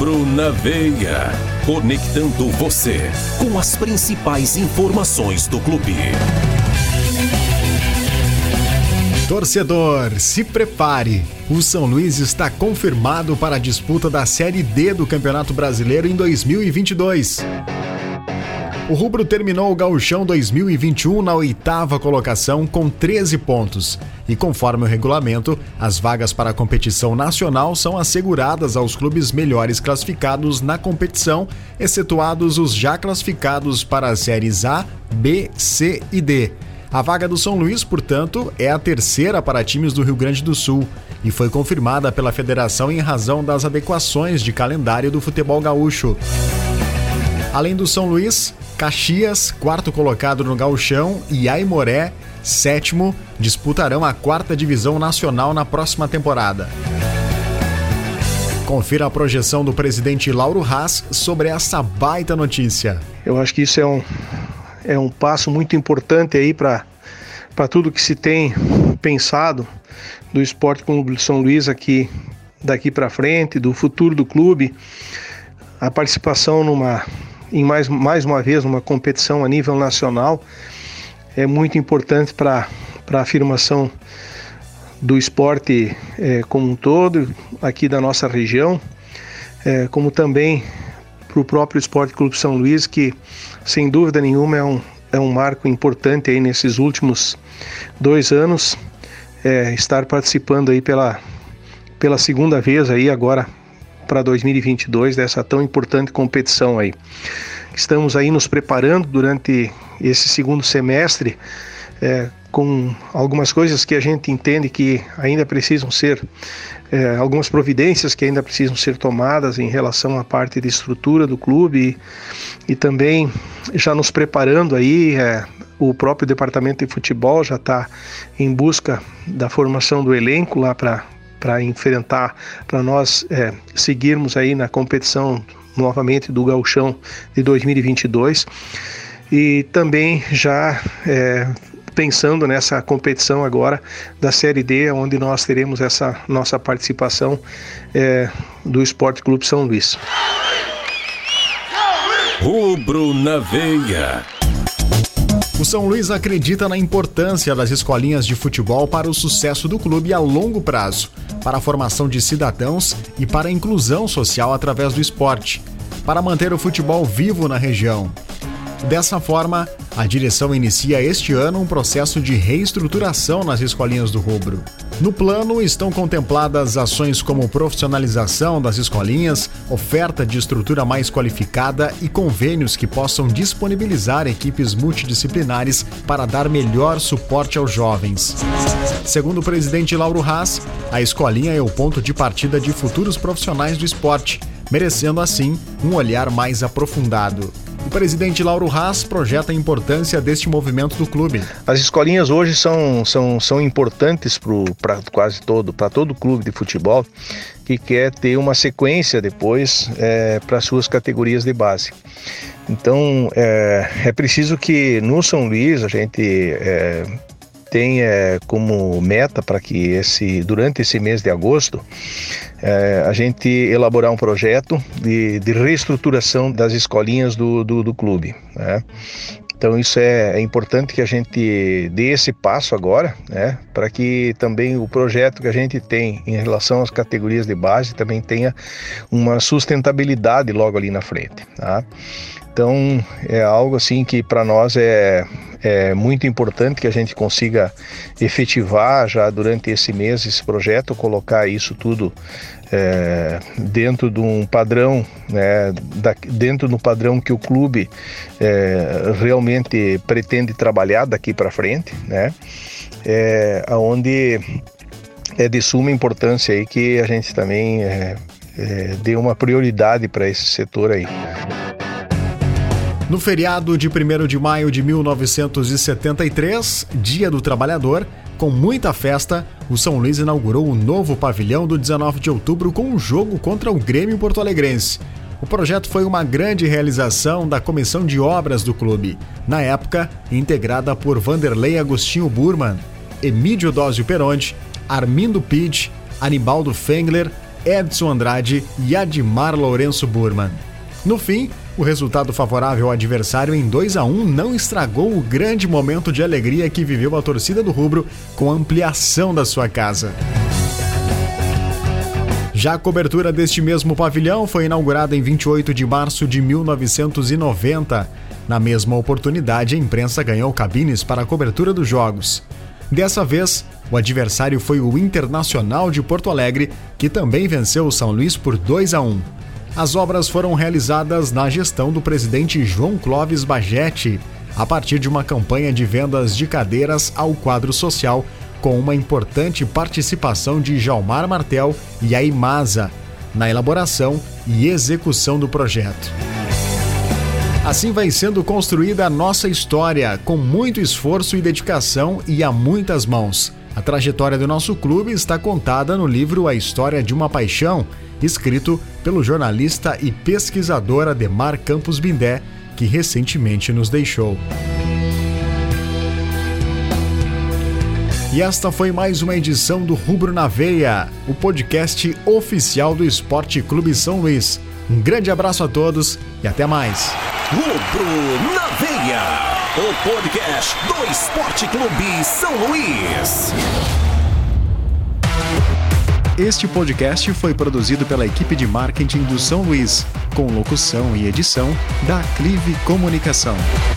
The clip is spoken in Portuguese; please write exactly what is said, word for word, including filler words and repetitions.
Rubro na Veia, conectando você com as principais informações do clube. Torcedor, se prepare! O São Luís está confirmado para a disputa da Série D do Campeonato Brasileiro em dois mil e vinte e dois. O rubro terminou o Gauchão dois mil e vinte e um na oitava colocação com treze pontos. E conforme o regulamento, as vagas para a competição nacional são asseguradas aos clubes melhores classificados na competição, excetuados os já classificados para as séries A, B, C e D. A vaga do São Luís, portanto, é a terceira para times do Rio Grande do Sul e foi confirmada pela federação em razão das adequações de calendário do futebol gaúcho. Além do São Luís, Caxias, quarto colocado no Gauchão, e Aimoré, sétimo, disputarão a quarta divisão nacional na próxima temporada. Confira a projeção do presidente Lauro Haas sobre essa baita notícia. Eu acho que isso é um, é um passo muito importante aí para para tudo que se tem pensado do Esporte Clube São Luís aqui daqui para frente, do futuro do clube, a participação numa em mais, mais uma vez numa competição a nível nacional é muito importante para para a afirmação do esporte é, como um todo aqui da nossa região, é, como também para o próprio Esporte Clube São Luís, que sem dúvida nenhuma é um, é um marco importante aí nesses últimos dois anos, é, estar participando aí pela, pela segunda vez aí agora para dois mil e vinte e dois dessa tão importante competição aí. Estamos aí nos preparando durante esse segundo semestre é, com algumas coisas que a gente entende que ainda precisam ser, é, algumas providências que ainda precisam ser tomadas em relação à parte de estrutura do clube e, e também já nos preparando aí, é, o próprio departamento de futebol já está em busca da formação do elenco lá para para enfrentar, para nós é, seguirmos aí na competição novamente do Gauchão de dois mil e vinte e dois e também já é, pensando nessa competição agora da Série D, onde nós teremos essa nossa participação é, do Esporte Clube São Luís. Rubro na Veia. O São Luís acredita na importância das escolinhas de futebol para o sucesso do clube a longo prazo, para a formação de cidadãos e para a inclusão social através do esporte, para manter o futebol vivo na região. Dessa forma, a direção inicia este ano um processo de reestruturação nas escolinhas do rubro. No plano estão contempladas ações como profissionalização das escolinhas, oferta de estrutura mais qualificada e convênios que possam disponibilizar equipes multidisciplinares para dar melhor suporte aos jovens. Segundo o presidente Lauro Haas, a escolinha é o ponto de partida de futuros profissionais do esporte, merecendo assim um olhar mais aprofundado. O presidente Lauro Haas projeta a importância deste movimento do clube. As escolinhas hoje são, são, são importantes para quase todo, para todo clube de futebol que quer ter uma sequência depois é, para suas categorias de base. Então é, é preciso que no São Luís a gente é, tenha como meta para que esse, durante esse mês de agosto É, a gente elaborar um projeto de, de reestruturação das escolinhas do, do, do clube, né? Então isso é, é importante que a gente dê esse passo agora, né? Para que também o projeto que a gente tem em relação às categorias de base também tenha uma sustentabilidade logo ali na frente, tá? Então é algo assim que para nós é, é muito importante que a gente consiga efetivar já durante esse mês esse projeto, colocar isso tudo é, dentro de um padrão, né, da, dentro do padrão que o clube é, realmente pretende trabalhar daqui para frente, né, é, onde é de suma importância aí que a gente também é, é, dê uma prioridade para esse setor aí. No feriado de primeiro de maio de mil novecentos e setenta e três, Dia do Trabalhador, com muita festa, o São Luís inaugurou o novo pavilhão do dezenove de outubro com um jogo contra o Grêmio Porto-Alegrense. O projeto foi uma grande realização da Comissão de Obras do clube, na época integrada por Vanderlei Agostinho Burman, Emídio Dósio Peronte, Armindo Pide, Anibaldo Fengler, Edson Andrade e Admar Lourenço Burman. No fim, o resultado favorável ao adversário em dois a um não estragou o grande momento de alegria que viveu a torcida do rubro com a ampliação da sua casa. Já a cobertura deste mesmo pavilhão foi inaugurada em vinte e oito de março de mil novecentos e noventa. Na mesma oportunidade, a imprensa ganhou cabines para a cobertura dos jogos. Dessa vez, o adversário foi o Internacional de Porto Alegre, que também venceu o São Luís por dois a um. As obras foram realizadas na gestão do presidente João Clóvis Baggetti, a partir de uma campanha de vendas de cadeiras ao quadro social, com uma importante participação de Jalmar Martel e a Imasa na elaboração e execução do projeto. Assim vai sendo construída a nossa história, com muito esforço e dedicação e a muitas mãos. A trajetória do nosso clube está contada no livro A História de uma Paixão, escrito pelo jornalista e pesquisador Ademar Campos Bindé, que recentemente nos deixou. E esta foi mais uma edição do Rubro na Veia, o podcast oficial do Esporte Clube São Luís. Um grande abraço a todos e até mais. Rubro na Veia, o podcast do Esporte Clube São Luís. Este podcast foi produzido pela equipe de marketing do São Luís, com locução e edição da Clive Comunicação.